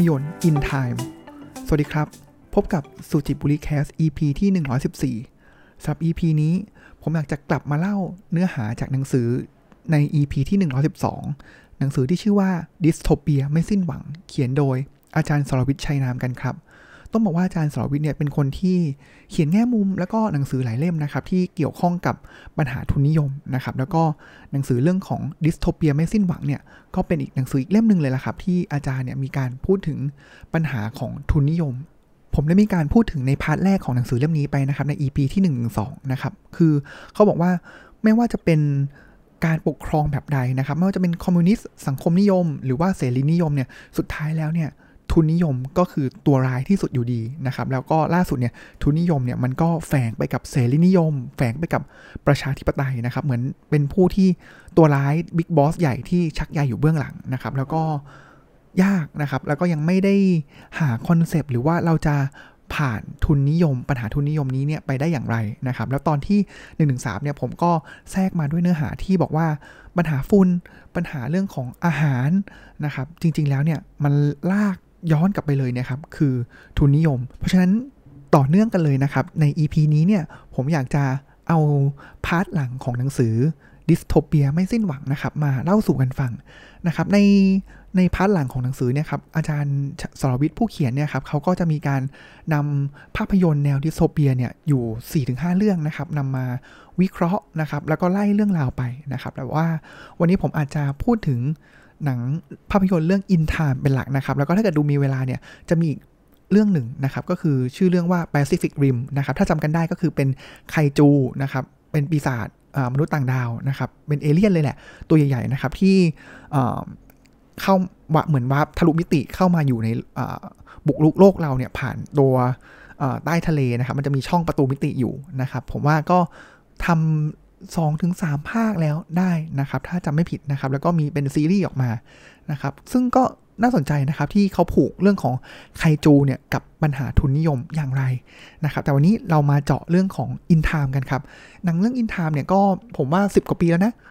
ยนตร์ In Time สวัสดีครับพบกับสุจิบุรีแคส EP ที่114สำหรับ EP นี้ผมอยากจะกลับมาเล่าเนื้อหาจากหนังสือใน EP ที่112หนังสือที่ชื่อว่า Dystopia ไม่สิ้นหวังเขียนโดยอาจารย์สรวิทย์ชัยนามกันครับต้องบอกว่าอาจารย์สรวิทย์เนี่ยเป็นคนที่เขียนแง่มุมแล้วก็หนังสือหลายเล่มนะครับที่เกี่ยวข้องกับปัญหาทุนนิยมนะครับแล้วก็หนังสือเรื่องของ Dystopia ไม่สิ้นหวังเนี่ยก็เป็นอีกหนังสืออีกเล่มนึงเลยละครับที่อาจารย์เนี่ยมีการพูดถึงปัญหาของทุนนิยมผมได้มีการพูดถึงในพาร์ทแรกของหนังสือเล่มนี้ไปนะครับใน EP ที่112นะครับคือเขาบอกว่าไม่ว่าจะเป็นการปกครองแบบใดนะครับไม่ว่าจะเป็นคอมมิวนิสต์สังคมนิยมหรือว่าเสรีนิยมเนี่ยสุดท้ายแล้วเนี่ยทุนนิยมก็คือตัวร้ายที่สุดอยู่ดีนะครับแล้วก็ล่าสุดเนี่ยทุนนิยมเนี่ยมันก็แฝงไปกับเสรีนิยมแฝงไปกับประชาธิปไตยนะครับเหมือนเป็นผู้ที่ตัวร้ายบิ๊กบอสใหญ่ที่ชักใยอยู่เบื้องหลังนะครับแล้วก็ยากนะครับแล้วก็ยังไม่ได้หาคอนเซปต์หรือว่าเราจะผ่านทุนนิยมปัญหาทุนนิยมนี้เนี่ยไปได้อย่างไรนะครับแล้วตอนที่113เนี่ยผมก็แทรกมาด้วยเนื้อหาที่บอกว่าปัญหาฝุ่นปัญหาเรื่องของอาหารนะครับจริงๆแล้วเนี่ยมันลากย้อนกลับไปเลยนะครับคือทุนนิยมเพราะฉะนั้นต่อเนื่องกันเลยนะครับใน EP นี้เนี่ยผมอยากจะเอาพาร์ทหลังของหนังสือ Dystopia ไม่สิ้นหวังนะครับมาเล่าสู่กันฟังนะครับในพาร์ทหลังของหนังสือเนี่ยครับอาจารย์สรวิทย์ผู้เขียนเนี่ยครับเขาก็จะมีการนำภาพยนตร์แนวดิสโทเปียเนี่ยอยู่ 4-5 เรื่องนะครับนำมาวิเคราะห์นะครับแล้วก็ไล่เรื่องราวไปนะครับแต่ว่าวันนี้ผมอาจจะพูดถึงหนังภาพยนตร์เรื่อง In Time เป็นหลักนะครับแล้วก็ถ้าเกิดดูมีเวลาเนี่ยจะมีอีกเรื่องหนึ่งนะครับก็คือชื่อเรื่องว่า Pacific Rim นะครับถ้าจำกันได้ก็คือเป็นไคจูนะครับเป็นปีศาจมนุษย์ต่างดาวนะครับเป็นเอเลี่ยนเลยแหละตัวใหญ่ๆนะครับที่เข้าเหมือนว่าทะลุมิติเข้ามาอยู่ในบุกรุกโลกเราเนี่ยผ่านตัวใต้ทะเลนะครับมันจะมีช่องประตูมิติอยู่นะครับผมว่าก็ทำ2-3 ภาคแล้วได้นะครับถ้าจำไม่ผิดนะครับแล้วก็มีเป็นซีรีส์ออกมานะครับซึ่งก็น่าสนใจนะครับที่เขาผูกเรื่องของไคจูเนี่ยกับปัญหาทุนนิยมอย่างไรนะครับแต่วันนี้เรามาเจาะเรื่องของ In Time กันครับหนังเรื่อง In Time เนี่ยก็ผมว่า10 กว่าปีแล้วนะ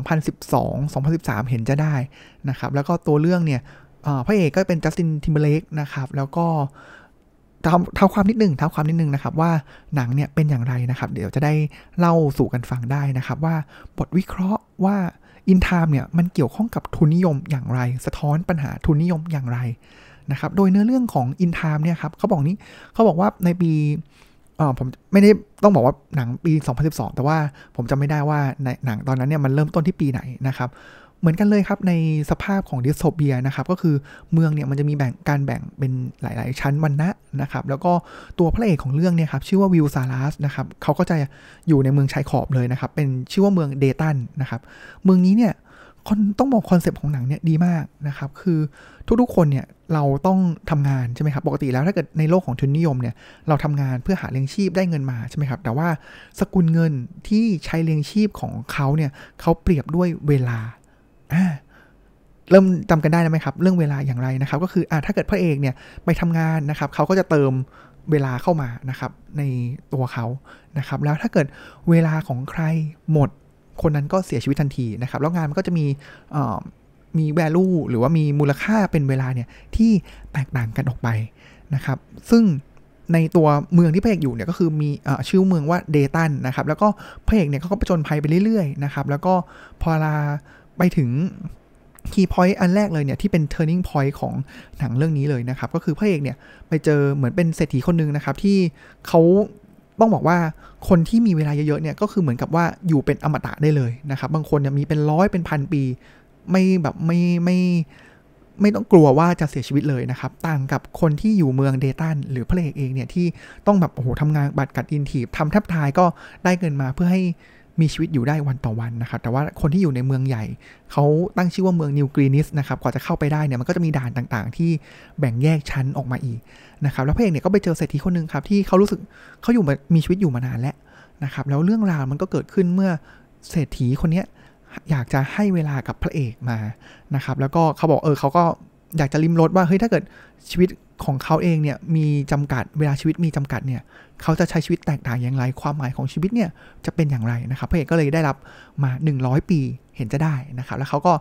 2012 2013เห็นจะได้นะครับแล้วก็ตัวเรื่องเนี่ยพระเอกก็เป็นจัสตินทิมเบอร์เลกนะครับแล้วก็เท้าความนิดนึงนะครับว่าหนังเนี่ยเป็นอย่างไรนะครับเดี๋ยวจะได้เล่าสู่กันฟังได้นะครับว่าบทวิเคราะห์ว่า In Time เนี่ยมันเกี่ยวข้องกับทุนนิยมอย่างไรสะท้อนปัญหาทุนนิยมอย่างไรนะครับโดยเนื้อเรื่องของ In Time เนี่ยครับเขาบอกว่าในปีผมไม่ได้ต้องบอกว่าหนังปี2012แต่ว่าผมจำไม่ได้ว่าในหนังตอนนั้นเนี่ยมันเริ่มต้นที่ปีไหนนะครับเหมือนกันเลยครับในสภาพของดิสโทเปียนะครับก็คือเมืองเนี่ยมันจะมีการแบ่งเป็นหลายๆชั้นวรรณะนะครับแล้วก็ตัวพระเอกของเรื่องเนี่ยครับชื่อว่าวิลซารัสนะครับเขาก็จะอยู่ในเมืองชายขอบเลยนะครับเป็นชื่อว่าเมืองเดตันนะครับเมืองนี้เนี่ยต้องบอกคอนเซปต์ของหนังเนี่ยดีมากนะครับคือทุกๆคนเนี่ยเราต้องทำงานใช่ไหมครับปกติแล้วถ้าเกิดในโลกของทุนนิยมเนี่ยเราทำงานเพื่อหาเลี้ยงชีพได้เงินมาใช่ไหมครับแต่ว่าสกุลเงินที่ใช้เลี้ยงชีพของเขาเนี่ยเขาเปรียบด้วยเวลาเริ่มจำกันได้แล้วไหมครับเรื่องเวลาอย่างไรนะครับก็คือถ้าเกิดพระเอกเนี่ยไปทำงานนะครับเขาก็จะเติมเวลาเข้ามานะครับในตัวเขานะครับแล้วถ้าเกิดเวลาของใครหมดคนนั้นก็เสียชีวิตทันทีนะครับแล้วงานมันก็จะมี value หรือว่ามีมูลค่าเป็นเวลาเนี่ยที่แตกต่างกันออกไปนะครับซึ่งในตัวเมืองที่พระเอกอยู่เนี่ยก็คือมีชื่อเมืองว่าเดตันนะครับแล้วก็พระเอกเนี่ยเขาก็ผจญภัยไปเรื่อยๆนะครับแล้วก็พอไปถึงคีย์พอยต์อันแรกเลยเนี่ยที่เป็น turning point ของหนังเรื่องนี้เลยนะครับก็คือพระเอกเนี่ยไปเจอเหมือนเป็นเศรษฐีคนนึงนะครับที่เขาต้องบอกว่าคนที่มีเวลาเยอะๆเนี่ยก็คือเหมือนกับว่าอยู่เป็นอมตะได้เลยนะครับบางคนเนี่ยมีเป็น100เป็นพันปีไม่ต้องกลัวว่าจะเสียชีวิตเลยนะครับต่างกับคนที่อยู่เมืองเดตันหรือพระเอกเองเนี่ยที่ต้องแบบโอ้โหทำงานบัตรกัดอินทีฟทำแทบตายก็ได้เงินมาเพื่อให้มีชีวิตอยู่ได้วันต่อวันนะครับแต่ว่าคนที่อยู่ในเมืองใหญ่เขาตั้งชื่อว่าเมืองนิวกรีนิสนะครับกว่าจะเข้าไปได้เนี่ยมันก็จะมีด่านต่างๆที่แบ่งแยกชั้นออกมาอีกนะครับแล้วพระเอกเนี่ยก็ไปเจอเศรษฐีคนนึงครับที่เขารู้สึกเขามีชีวิตอยู่มานานแล้วนะครับแล้วเรื่องราวมันก็เกิดขึ้นเมื่อเศรษฐีคนนี้อยากจะให้เวลากับพระเอกมานะครับแล้วก็เขาบอกเขาก็อยากจะลิ้มรสว่าเฮ้ยถ้าเกิดชีวิตของเขาเองเนี่ยมีจำกัดเวลาชีวิตมีจำกัดเนี่ยเขาจะใช้ชีวิตแตกต่างอย่างไรความหมายของชีวิตเนี่ยจะเป็นอย่างไรนะครับพระเอกก็เลยได้รับมา100 ปีเห็นจะได้นะครับแล้วเขาก็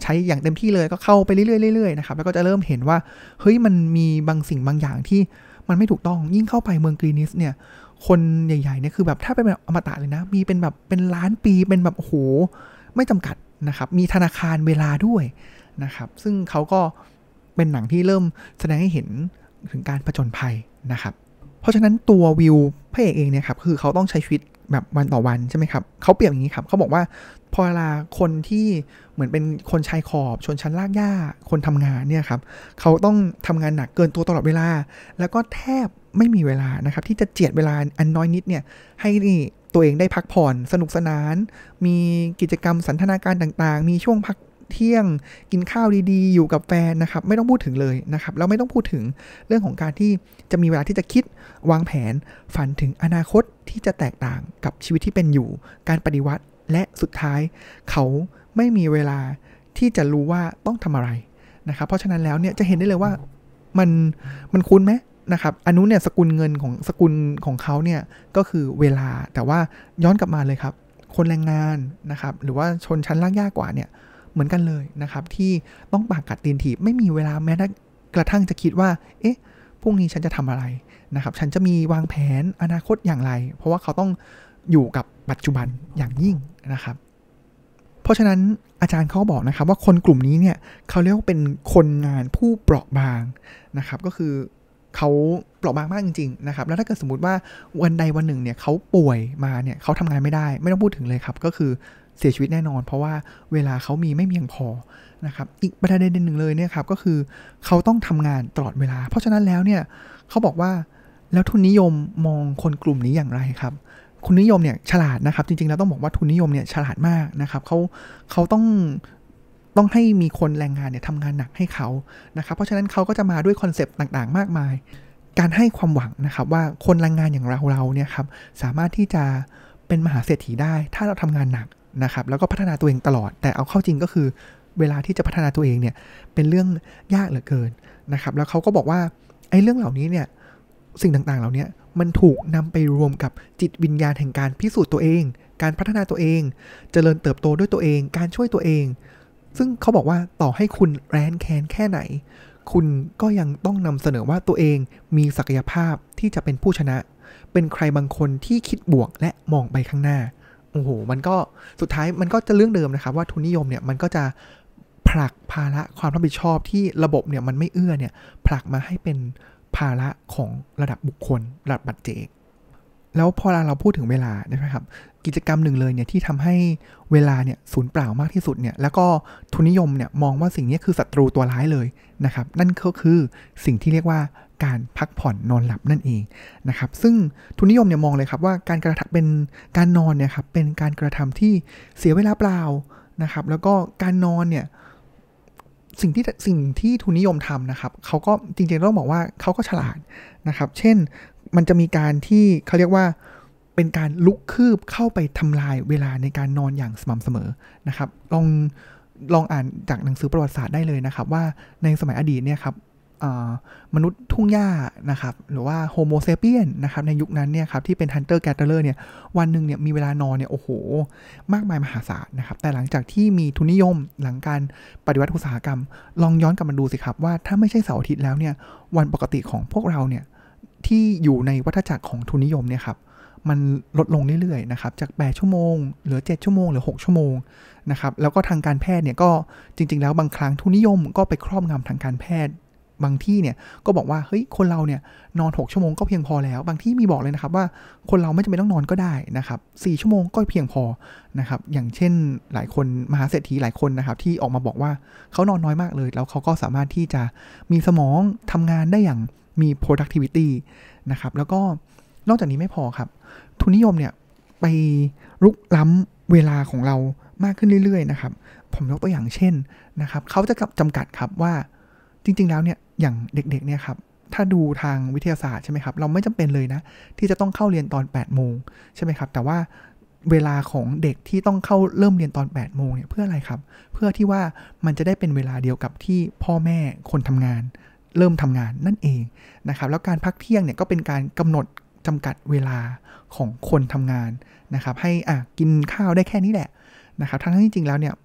ใช้อย่างเต็มที่เลยก็เข้าไปเรื่อยๆนะครับแล้วก็จะเริ่มเห็นว่าเฮ้ยมันมีบางสิ่งบางอย่างที่มันไม่ถูกต้องยิ่งเข้าไปเมืองกรีนิสเนี่ยคนใหญ่ๆเนี่ยคือแบบถ้าเป็นแบบอมตะเลยนะมีเป็นแบบเป็นล้านปีเป็นแบบโอ้โหไม่จำกัดนะครับมีธนาคารเวลาด้วยนะครับซึ่งเขาก็เป็นหนังที่เริ่มแสดงให้เห็นถึงการผจญภัยนะครับเพราะฉะนั้นตัววิวพระเอกเองเนี่ยครับคือเขาต้องใช้ชีวิตแบบวันต่อวันใช่ไหมครับเขาเปรียบอย่างนี้ครับเขาบอกว่าพอเวลาคนที่เหมือนเป็นคนชายขอบชนชั้นรากหญ้าคนทำงานเนี่ยครับเขาต้องทำงานหนักเกินตัวตลอดเวลาแล้วก็แทบไม่มีเวลานะครับที่จะเจียดเวลาอันน้อยนิดเนี่ยให้ตัวเองได้พักผ่อนสนุกสนานมีกิจกรรมสันทนาการต่างๆมีช่วงพักเที่ยงกินข้าวดีๆอยู่กับแฟนนะครับไม่ต้องพูดถึงเลยนะครับแล้วไม่ต้องพูดถึงเรื่องของการที่จะมีเวลาที่จะคิดวางแผนฝันถึงอนาคตที่จะแตกต่างกับชีวิตที่เป็นอยู่การปฏิวัติและสุดท้ายเขาไม่มีเวลาที่จะรู้ว่าต้องทำอะไรนะครับเพราะฉะนั้นแล้วเนี่ยจะเห็นได้เลยว่ามันคุ้นไหมนะครับอนุเนี่ยสกุลเงินของสกุลของเขาเนี่ยก็คือเวลาแต่ว่าย้อนกลับมาเลยครับคนแรงงานนะครับหรือว่าชนชั้นรากหญ้ากว่าเนี่ยเหมือนกันเลยนะครับที่ต้องปากกัดตีนถีบไม่มีเวลาแม้กระทั่งจะคิดว่าเอ๊ะพรุ่งนี้ฉันจะทำอะไรนะครับฉันจะมีวางแผนอนาคตอย่างไรเพราะว่าเขาต้องอยู่กับปัจจุบันอย่างยิ่งนะครับเพราะฉะนั้นอาจารย์เขาบอกนะครับว่าคนกลุ่มนี้เนี่ยเขาเรียกว่าเป็นคนงานผู้เปราะบางนะครับก็คือเขาเปราะบางมากจริงๆนะครับแล้วถ้าเกิดสมมติว่าวันใดวันหนึ่งเนี่ยเขาป่วยมาเนี่ยเขาทำงานไม่ได้ไม่ต้องพูดถึงเลยครับก็คือเสียชีวิตแน่นอนเพราะว่าเวลาเขามีไม่เพียงพอนะครับอีกประเด็นหนึ่งเลยเนี่ยครับก็คือเขาต้องทำงานตลอดเวลาเพราะฉะนั้นแล้วเนี่ยเขาบอกว่าแล้วทุนนิยมมองคนกลุ่มนี้อย่างไรครับคุณนิยมเนี่ยฉลาดนะครับจริงๆแล้วต้องบอกว่าทุนนิยมเนี่ยฉลาดมากนะครับเขาต้องให้มีคนแรงงานเนี่ยทำงานหนักให้เขานะครับเพราะฉะนั้นเขาก็จะมาด้วยคอนเซปต์ต่างๆมากมายการให้ความหวังนะครับว่าคนแรงงานอย่างเราเนี่ยครับสามารถที่จะเป็นมหาเศรษฐีได้ถ้าเราทำงานหนักนะครับแล้วก็พัฒนาตัวเองตลอดแต่เอาเข้าจริงก็คือเวลาที่จะพัฒนาตัวเองเนี่ยเป็นเรื่องยากเหลือเกินนะครับแล้วเขาก็บอกว่าไอ้เรื่องเหล่านี้เนี่ยสิ่งต่างๆเหล่านี้มันถูกนำไปรวมกับจิตวิญญาณแห่งการพิสูจน์ตัวเองการพัฒนาตัวเองเจริญเติบโตด้วยตัวเองการช่วยตัวเองซึ่งเขาบอกว่าต่อให้คุณแร้นแค้นแค่ไหนคุณก็ยังต้องนำเสนอว่าตัวเองมีศักยภาพที่จะเป็นผู้ชนะเป็นใครบางคนที่คิดบวกและมองไปข้างหน้าโอ้โหมันก็สุดท้ายมันก็จะเรื่องเดิมนะครับว่าทุนนิยมเนี่ยมันก็จะผลักภาระความรับผิดชอบที่ระบบเนี่ยมันไม่เอื้อเนี่ยผลักมาให้เป็นภาระของระดับบุคคลระดับปัจเจกแล้วพอเราพูดถึงเวลานะครับกิจกรรมหนึ่งเลยเนี่ยที่ทำให้เวลาเนี่ยสูญเปล่ามากที่สุดเนี่ยแล้วก็ทุนนิยมเนี่ยมองว่าสิ่งนี้คือศัตรูตัวร้ายเลยนะครับนั่นก็คือสิ่งที่เรียกว่าการพักผ่อนนอนหลับนั่นเองนะครับซึ่งทุนนิยมเนี่ยมองเลยครับว่าการกระทำเป็นการนอนเนี่ยครับเป็นการกระทำที่เสียเวลาเปล่านะครับแล้วก็การนอนเนี่ยสิ่งที่ทุนนิยมทำนะครับเขาก็จริงๆต้องบอกว่าเขาก็ฉลาดนะครับเช่นมันจะมีการที่เขาเรียกว่าเป็นการลุกคืบเข้าไปทำลายเวลาในการนอนอย่างสม่ำเสมอนะครับลองอ่านจากหนังสือประวัติศาสตร์ได้เลยนะครับว่าในสมัยอดีตเนี่ยครับมนุษย์ทุ่งหญ้านะครับหรือว่าโฮโมเซเปียนนะครับในยุคนั้นเนี่ยครับที่เป็นฮันเตอร์แกเทอร์เนี่ยวันหนึ่งเนี่ยมีเวลานอนเนี่ยโอ้โหมากมายมหาศาลนะครับแต่หลังจากที่มีทุนนิยมหลังการปฏิวัติอุตสาหกรรมลองย้อนกลับมาดูสิครับว่าถ้าไม่ใช่เสาร์อาทิตย์แล้วเนี่ยวันปกติของพวกเราเนี่ยที่อยู่ในวัฏจักรของทุนนิยมเนี่ยครับมันลดลงเรื่อยๆนะครับจาก8ชั่วโมงเหลือ7ชั่วโมงเหลือ6ชั่วโมงนะครับแล้วก็ทางการแพทย์เนี่ยก็จริงๆแล้วบางครั้งทุนนิยมก็ไปครอบงำทางการแพทย์บางที่เนี่ยก็บอกว่าเฮ้ยคนเราเนี่ยนอน6ชั่วโมงก็เพียงพอแล้วบางที่มีบอกเลยนะครับว่าคนเราไม่จำเป็นต้องนอนก็ได้นะครับ4ชั่วโมงก็เพียงพอนะครับอย่างเช่นหลายคนมหาเศรษฐีหลายคนนะครับที่ออกมาบอกว่าเขานอนน้อยมากเลยแล้วเขาก็สามารถที่จะมีสมองทำงานได้อย่างมี productivity นะครับแล้วก็นอกจากนี้ไม่พอครับทุนนิยมเนี่ยไปรุกล้ำเวลาของเรามากขึ้นเรื่อยๆนะครับผมยกตัวอย่างเช่นนะครับเขาจะจำกัดครับว่าจริงๆแล้วเนี่ยอย่างเด็กๆเนี่ยครับถ้าดูทางวิทยาศาสตร์ใช่ไหมครับเราไม่จำเป็นเลยนะที่จะต้องเข้าเรียนตอน8โมงใช่ไหมครับแต่ว่าเวลาของเด็กที่ต้องเข้าเริ่มเรียนตอน8โมงเนี่ยเพื่ออะไรครับเพื่อที่ว่ามันจะได้เป็นเวลาเดียวกับที่พ่อแม่คนทำงานเริ่มทำงานนั่นเองนะครับแล้วการพักเที่ยงเนี่ยก็เป็นการกำหนดจำกัดเวลาของคนทำงานนะครับให้กินข้าวได้แค่นี้แหละนะครับทั้งที่จริงแล้วเนี่ย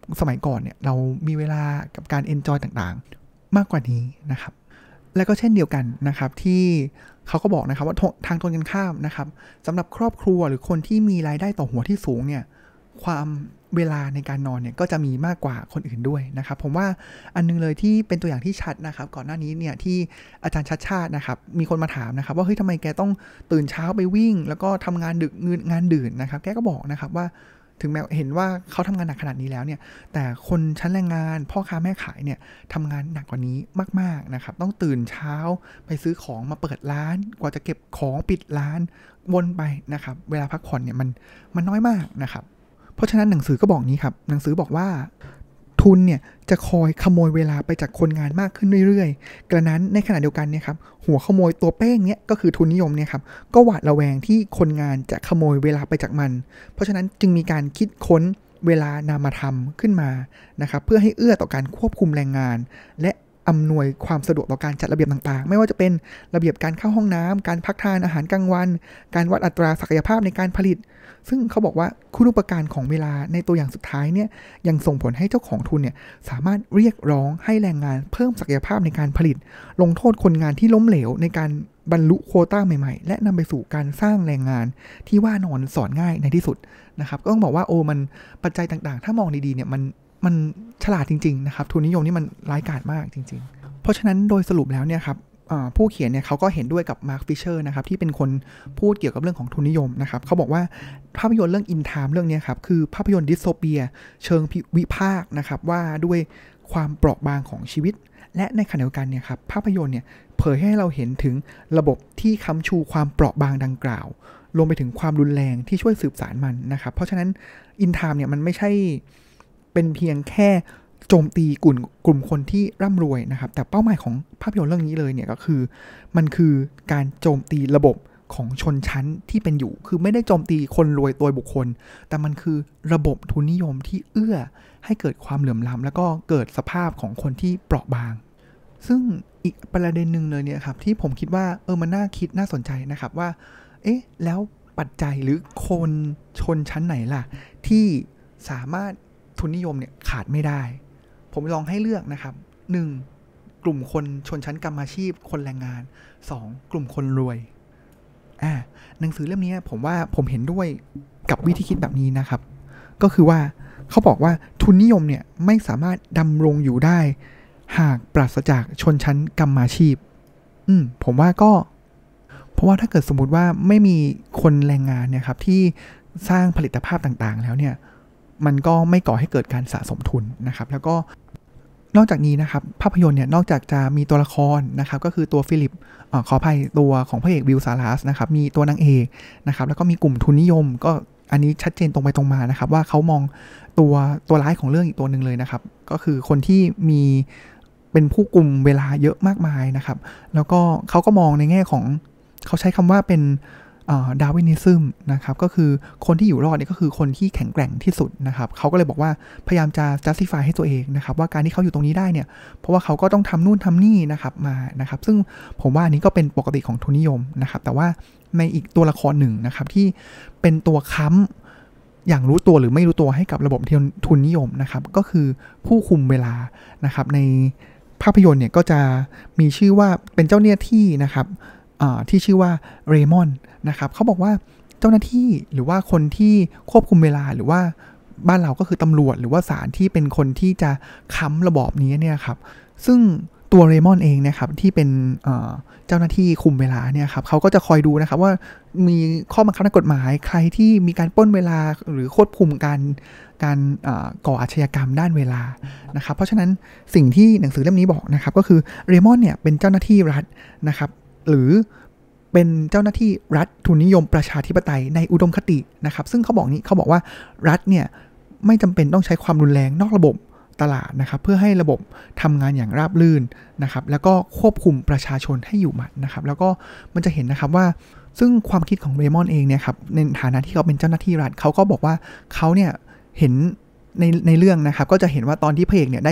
สมัยก่อนเนี่ยเรามีเวลากับการเอนจอยต่างๆมากกว่านี้นะครับและก็เช่นเดียวกันนะครับที่เขาก็บอกนะครับว่าทางตรงกันข้ามนะครับสำหรับครอบครัวหรือคนที่มีรายได้ต่อหัวที่สูงเนี่ยความเวลาในการนอนเนี่ยก็จะมีมากกว่าคนอื่นด้วยนะครับผมว่าอันนึงเลยที่เป็นตัวอย่างที่ชัดนะครับก่อนหน้านี้เนี่ยที่อาจารย์ชัดชาตินะครับมีคนมาถามนะครับว่าเฮ้ยทำไมแกต้องตื่นเช้าไปวิ่งแล้วก็ทำงานดึกงานดื่นนะครับแกก็บอกนะครับว่าถึงแม้เห็นว่าเขาทำงานหนักขนาดนี้แล้วเนี่ยแต่คนชั้นแรงงานพ่อค้าแม่ขายเนี่ยทำงานหนักกว่านี้มากๆนะครับต้องตื่นเช้าไปซื้อของมาเปิดร้านกว่าจะเก็บของปิดร้านวนไปนะครับเวลาพักผ่อนเนี่ยมันน้อยมากนะครับเพราะฉะนั้นหนังสือก็บอกนี้ครับหนังสือบอกว่าทุนเนี่ยจะคอยขโมยเวลาไปจากคนงานมากขึ้นเรื่อยๆกระนั้นในขณะเดียวกันเนี่ยครับหัวขโมยตัวเป้งเนี่ยก็คือทุนนิยมเนี่ยครับก็หวาดระแวงที่คนงานจะขโมยเวลาไปจากมันเพราะฉะนั้นจึงมีการคิดค้นเวลานามธรรมขึ้นมานะครับเพื่อให้เอื้อต่อการควบคุมแรงงานและอำนวยความสะดวกต่อการจัดระเบียบต่างๆไม่ว่าจะเป็นระเบียบการเข้าห้องน้ำการพักทานอาหารกลางวันการวัดอัตราศักยภาพในการผลิตซึ่งเขาบอกว่าคุณูปการของเวลาในตัวอย่างสุดท้ายเนี่ยยังส่งผลให้เจ้าของทุนเนี่ยสามารถเรียกร้องให้แรงงานเพิ่มศักยภาพในการผลิตลงโทษคนงานที่ล้มเหลวในการบรรลุโควต้าใหม่ๆและนำไปสู่การสร้างแรงงานที่ว่านอนสอนง่ายในที่สุดนะครับก็ต้องบอกว่ามันปัจจัยต่างๆถ้ามองดีๆเนี่ยมันฉลาดจริงๆนะครับทุนนิยมนี่มันร้ายกาจมากจริงๆเพราะฉะนั้นโดยสรุปแล้วเนี่ยครับผู้เขียนเนี่ยเขาก็เห็นด้วยกับมาร์คฟิชเชอร์นะครับที่เป็นคนพูดเกี่ยวกับเรื่องของทุนนิยมนะครับเขาบอกว่าภาพยนตร์เรื่อง In Time เรื่องนี้ครับคือภาพยนตร์ดิสโทเปียเชิงวิพากษ์นะครับว่าด้วยความเปราะบางของชีวิตและในขณะเดียวกันเนี่ยครับภาพยนตร์เนี่ยเผยให้เราเห็นถึงระบบที่ค้ำชูความเปราะบางดังกล่าวรวมไปถึงความรุนแรงที่ช่วยสืบสานมันนะครับเพราะฉะนั้น In Time เนี่ยมันไม่ใช่เป็นเพียงแค่โจมตีกลุ่มคนที่ร่ำรวยนะครับแต่เป้าหมายของภาพยนตร์เรื่องนี้เลยเนี่ยก็คือมันคือการโจมตีระบบของชนชั้นที่เป็นอยู่คือไม่ได้โจมตีคนรวยตัวบุคคลแต่มันคือระบบทุนนิยมที่เอื้อให้เกิดความเหลื่อมล้ำแล้วก็เกิดสภาพของคนที่เปราะบางซึ่งอีกประเด็นหนึ่งเลยเนี่ยครับที่ผมคิดว่ามันน่าคิดน่าสนใจนะครับว่าแล้วปัจจัยหรือคนชนชั้นไหนล่ะที่สามารถทุนนิยมเนี่ยขาดไม่ได้ผมลองให้เลือกนะครับ 1. กลุ่มคนชนชั้นกรรมาชีพคนแรงงาน 2. กลุ่มคนรวยหนังสือเล่มนี้ผมว่าผมเห็นด้วยกับวิธีคิดแบบนี้นะครับก็คือว่าเขาบอกว่าทุนนิยมเนี่ยไม่สามารถดำรงอยู่ได้หากปราศจากชนชั้นกรรมาชีพผมว่าก็เพราะว่าถ้าเกิดสมมุติว่าไม่มีคนแรงงานเนี่ยครับที่สร้างผลิตภาพต่างๆแล้วเนี่ยมันก็ไม่ก่อให้เกิดการสะสมทุนนะครับแล้วก็นอกจากนี้นะครับภาพยนตร์เนี่ยนอกจากจะมีตัวละครนะครับก็คือตัวฟิลิปขออภัยตัวของพระเอกวิลซาลัสนะครับมีตัวนางเอกนะครับแล้วก็มีกลุ่มทุนนิยมก็อันนี้ชัดเจนตรงไปตรงมานะครับว่าเขามองตัวร้ายของเรื่องอีกตัวหนึ่งเลยนะครับก็คือคนที่มีเป็นผู้กุมเวลาเยอะมากมายนะครับแล้วก็เขาก็มองในแง่ของเขาใช้คำว่าเป็นดาร์วินิซึมนะครับก็คือคนที่อยู่รอดเนี่ยก็คือคนที่แข็งแกร่งที่สุดนะครับเขาก็เลยบอกว่าพยายามจะ justify ให้ตัวเองนะครับว่าการที่เขาอยู่ตรงนี้ได้เนี่ยเพราะว่าเขาก็ต้องทำนู่นทำนี่นะครับมานะครับซึ่งผมว่าอันนี้ก็เป็นปกติของทุนนิยมนะครับแต่ว่าในอีกตัวละครหนึ่งนะครับที่เป็นตัวค้ำอย่างรู้ตัวหรือไม่รู้ตัวให้กับระบบทุนนิยมนะครับก็คือผู้คุมเวลานะครับในภาพยนตร์เนี่ยก็จะมีชื่อว่าเป็นเจ้าหน้าที่นะครับที่ชื่อว่าเรมอนนะครับเขาบอกว่าเจ้าหน้าที่หรือว่าคนที่ควบคุมเวลาหรือว่าบ้านเราก็คือตำรวจหรือว่าศาลที่เป็นคนที่จะค้ำระบอบนี้เนี่ยครับซึ่งตัวเรมอนเองนะครับที่เป็นเจ้าหน้าที่คุมเวลาเนี่ยครับเขาก็จะคอยดูนะครับว่ามีข้อบังคับทางกฎหมายใครที่มีการปล้นเวลาหรือควบคุมการก่ออาชญากรรมด้านเวลานะครับเพราะฉะนั้นสิ่งที่หนังสือเล่มนี้บอกนะครับก็คือเรมอนเนี่ยเป็นเจ้าหน้าที่รัฐนะครับหรือเป็นเจ้าหน้าที่รัฐทุนนิยมประชาธิปไตยในอุดมคตินะครับซึ่งเขาบอกว่ารัฐเนี่ยไม่จำเป็นต้องใช้ความรุนแรงนอกระบบตลาดนะครับเพื่อให้ระบบทำงานอย่างราบรื่นนะครับแล้วก็ควบคุมประชาชนให้อยู่หมัดนะครับแล้วก็มันจะเห็นนะครับว่าซึ่งความคิดของเรมอนเองเนี่ยครับในฐานะที่เขาเป็นเจ้าหน้าที่รัฐเขาก็บอกว่าเขาเนี่ยเห็นในเรื่องนะครับก็จะเห็นว่าตอนที่พระเอกเนี่ยได้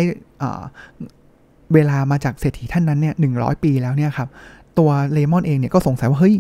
เวลามาจากเศรษฐีท่านนั้นเนี่ย100 ปีแล้วเนี่ยครับตัวเลมอนเองเนี่ยก็สงสัยว่าเฮ้ย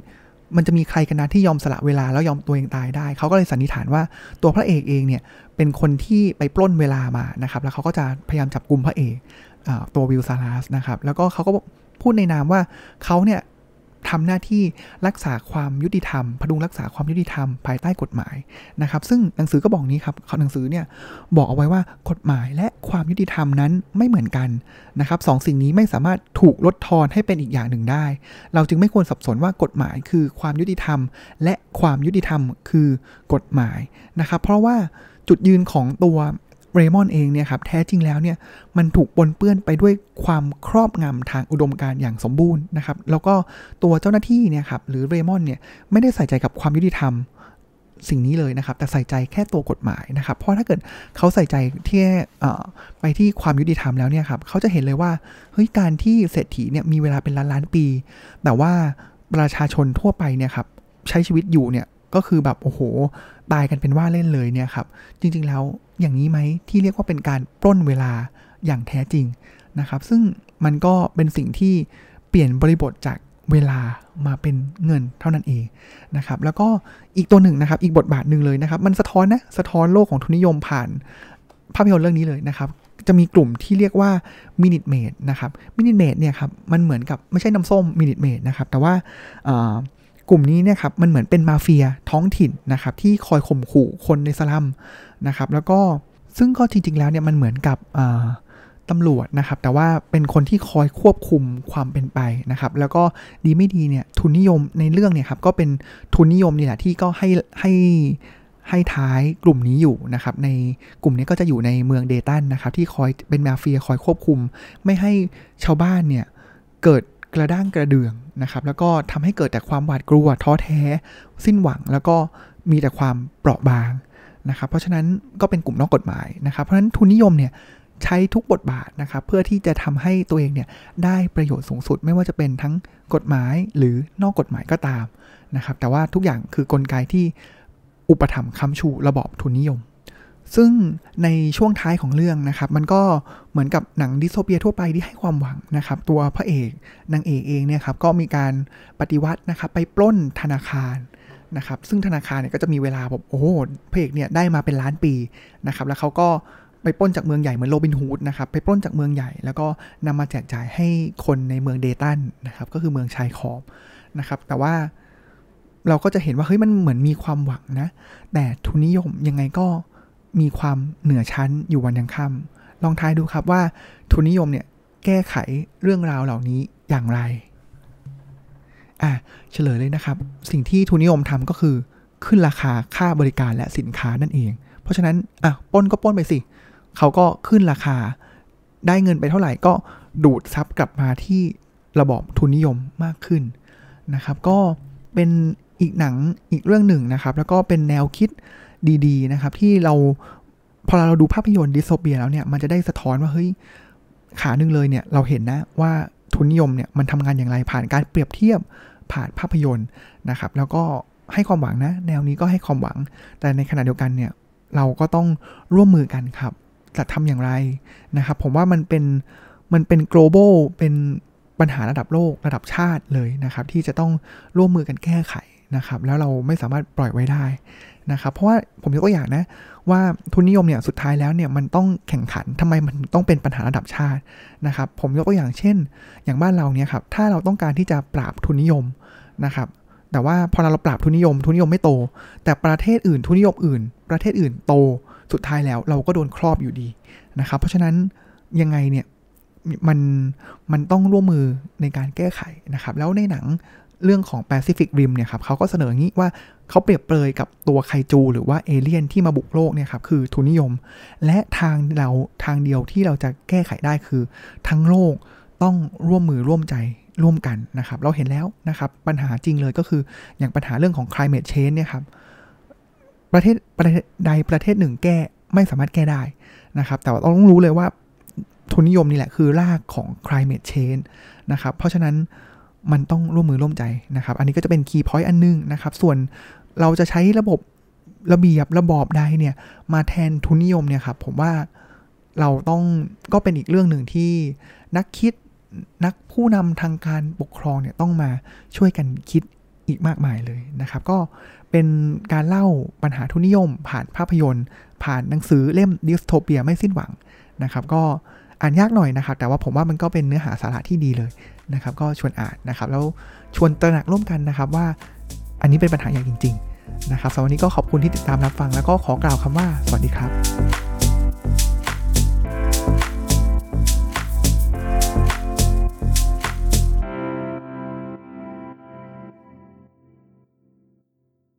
มันจะมีใครกันนะที่ยอมสละเวลาแล้วยอมตัวเองตายได้เขาก็เลยสันนิษฐานว่าตัวพระเอกเองเนี่ยเป็นคนที่ไปปล้นเวลามานะครับแล้วเขาก็จะพยายามจับกุมพระเอกตัววิลซาลัสนะครับแล้วก็เขาก็พูดในนามว่าเขาเนี่ยทำหน้าที่รักษาความยุติธรรมพดุงรักษาความยุติธรรมภายใต้กฎหมายนะครับซึ่งหนังสือก็บอกนี้ครับหนังสือเนี่ยบอกเอาไว้ว่ากฎหมายและความยุติธรรมนั้นไม่เหมือนกันนะครับสองสิ่งนี้ไม่สามารถถูกลดทอนให้เป็นอีกอย่างหนึ่งได้เราจึงไม่ควรสับสนว่ากฎหมายคือความยุติธรรมและความยุติธรรมคือกฎหมายนะครับเพราะว่าจุดยืนของตัวเรมอนเองเนี่ยครับแท้จริงแล้วเนี่ยมันถูกปนเปื้อนไปด้วยความครอบงำทางอุดมการณ์อย่างสมบูรณ์นะครับแล้วก็ตัวเจ้าหน้าที่เนี่ยครับหรือเรมอนเนี่ยไม่ได้ใส่ใจกับความยุติธรรมสิ่งนี้เลยนะครับแต่ใส่ใจแค่ตัวกฎหมายนะครับเพราะถ้าเกิดเขาใส่ใจที่ไปที่ความยุติธรรมแล้วเนี่ยครับเขาจะเห็นเลยว่าเฮ้ยการที่เศรษฐีเนี่ยมีเวลาเป็นล้านปีแต่ว่าประชาชนทั่วไปเนี่ยครับใช้ชีวิตอยู่เนี่ยก็คือแบบโอ้โหตายกันเป็นว่าเล่นเลยเนี่ยครับจริงๆแล้วอย่างนี้ไหมที่เรียกว่าเป็นการปล้นเวลาอย่างแท้จริงนะครับซึ่งมันก็เป็นสิ่งที่เปลี่ยนบริบทจากเวลามาเป็นเงินเท่านั้นเองนะครับแล้วก็อีกตัวหนึ่งนะครับอีกบทบาทหนึ่งเลยนะครับมันสะท้อนโลกของทุนนิยมผ่านภาพยนตร์เรื่องนี้เลยนะครับจะมีกลุ่มที่เรียกว่า Minute Maid นะครับ Minute Maid เนี่ยครับมันเหมือนกับไม่ใช่น้ำส้ม Minute Maid นะครับแต่ว่ากลุ่มนี้เนี่ยครับมันเหมือนเป็นมาเฟียท้องถิ่นนะครับที่คอยข่มขู่คนในสลัมนะครับแล้วก็ซึ่งก็จริงๆแล้วเนี่ยมันเหมือนกับตำรวจนะครับแต่ว่าเป็นคนที่คอยควบคุมความเป็นไปนะครับแล้วก็ดีไม่ดีเนี่ยทุนนิยมในเรื่องเนี่ยครับก็เป็นทุนนิยมนี่แหละที่ก็ให้ท้ายกลุ่มนี้อยู่นะครับในกลุ่มนี้ก็จะอยู่ในเมืองเดตันนะครับที่คอยเป็นมาเฟียคอยควบคุมไม่ให้ชาวบ้านเนี่ยเกิดกระด้างกระเดืองนะครับแล้วก็ทำให้เกิดแต่ความหวาดกลัวท้อแท้สิ้นหวังแล้วก็มีแต่ความเปราะบางนะครับเพราะฉะนั้นก็เป็นกลุ่มนอกกฎหมายนะครับเพราะฉะนั้นทุนนิยมเนี่ยใช้ทุกบทบาทนะครับเพื่อที่จะทำให้ตัวเองเนี่ยได้ประโยชน์สูงสุดไม่ว่าจะเป็นทั้งกฎหมายหรือนอกกฎหมายก็ตามนะครับแต่ว่าทุกอย่างคือกลไกที่อุปถัมภ์ค้ำชูระบอบทุนนิยมซึ่งในช่วงท้ายของเรื่องนะครับมันก็เหมือนกับหนังดิสโทเปียทั่วไปที่ให้ความหวังนะครับตัวพระเอกนางเอกเองเนี่ยครับก็มีการปฏิวัตินะครับไปปล้นธนาคารนะครับซึ่งธนาคารเนี่ยก็จะมีเวลาแบบโอ้โหพระเอกเนี่ยได้มาเป็นล้านปีนะครับแล้วเขาก็ไปปล้นจากเมืองใหญ่เหมือนโรบินฮูดนะครับไปปล้นจากเมืองใหญ่แล้วก็นำมาแจกจ่ายให้คนในเมืองเดตันนะครับก็คือเมืองชายขอบนะครับแต่ว่าเราก็จะเห็นว่าเฮ้ยมันเหมือนมีความหวังนะแต่ทุนนิยมยังไงก็มีความเหนือชั้นอยู่วันยังค่ำลองทายดูครับว่าทุนนิยมเนี่ยแก้ไขเรื่องราวเหล่านี้อย่างไรเฉลยเลยนะครับสิ่งที่ทุนนิยมทำก็คือขึ้นราคาค่าบริการและสินค้านั่นเองเพราะฉะนั้นปล้นก็ปล้นไปสิเขาก็ขึ้นราคาได้เงินไปเท่าไหร่ก็ดูดซับกลับมาที่ระบอบทุนนิยมมากขึ้นนะครับก็เป็นอีกหนังอีกเรื่องหนึ่งนะครับแล้วก็เป็นแนวคิดดีๆนะครับที่เราพอเราดูภาพยนตร์ดิสโทเปียแล้วเนี่ยมันจะได้สะท้อนว่าเฮ้ยขาหนึ่งเลยเนี่ยเราเห็นนะว่าทุนนิยมเนี่ยมันทำงานอย่างไรผ่านการเปรียบเทียบผ่านภาพยนตร์นะครับแล้วก็ให้ความหวังนะแนวนี้ก็ให้ความหวังแต่ในขณะเดียวกันเนี่ยเราก็ต้องร่วมมือกันครับจะทำอย่างไรนะครับผมว่ามันเป็น global เป็นปัญหาระดับโลกระดับชาติเลยนะครับที่จะต้องร่วมมือกันแก้ไขนะครับแล้วเราไม่สามารถปล่อยไว้ได้นะครับเพราะว่าผมยกตัวอย่างนะว่าทุนนิยมเนี่ยสุดท้ายแล้วเนี่ยมันต้องแข่งขันทำไมมันต้องเป็นปัญหาระดับชาตินะครับผมยกตัวอย่างเช่นอย่างบ้านเราเนี่ยครับถ้าเราต้องการที่จะปราบทุนนิยมนะครับแต่ว่าพอเราปราบทุนนิยมไม่โตแต่ประเทศอื่นทุนนิยมอื่นประเทศอื่นโตสุดท้ายแล้วเราก็โดนครอบอยู่ดีนะครับเพราะฉะนั้นยังไงเนี่ยมันต้องร่วมมือในการแก้ไขนะครับแล้วในหนังเรื่องของ Pacific Rim เนี่ยครับเขาก็เสนออย่างนี้ว่าเขาเปรียบเปรยกับตัวไคจูหรือว่าเอเลี่ยนที่มาบุกโลกเนี่ยครับคือทุนนิยมและทางเดียวที่เราจะแก้ไขได้คือทั้งโลกต้องร่วมมือร่วมใจร่วมกันนะครับเราเห็นแล้วนะครับปัญหาจริงเลยก็คืออย่างปัญหาเรื่องของ climate change เนี่ยครับประเทศใดประเทศหนึ่งแก้ไม่สามารถแก้ได้นะครับแต่เราต้องรู้เลยว่าทุนนิยมนี่แหละคือรากของ climate change นะครับเพราะฉะนั้นมันต้องร่วมมือร่วมใจนะครับอันนี้ก็จะเป็น key point อันนึงนะครับส่วนเราจะใช้ระเบียบระบอบใดเนี่ยมาแทนทุนนิยมเนี่ยครับผมว่าเราต้องก็เป็นอีกเรื่องหนึ่งที่นักคิดนักผู้นำทางการปกครองเนี่ยต้องมาช่วยกันคิดอีกมากมายเลยนะครับก็เป็นการเล่าปัญหาทุนนิยมผ่านภาพยนตร์ผ่านหนังสือเล่มดิสโทเปียไม่สิ้นหวังนะครับก็อ่านยากหน่อยนะครับแต่ว่าผมว่ามันก็เป็นเนื้อหาสาระที่ดีเลยนะครับก็ชวนอ่านนะครับแล้วชวนตระหนักร่วมกันนะครับว่าอันนี้เป็นปัญหาอย่างจริงๆนะครับสำหรับวันนี้ก็ขอบคุณที่ติดตามรับฟังแล้วก็ขอกล่าวคำว่าสวัสดีครับ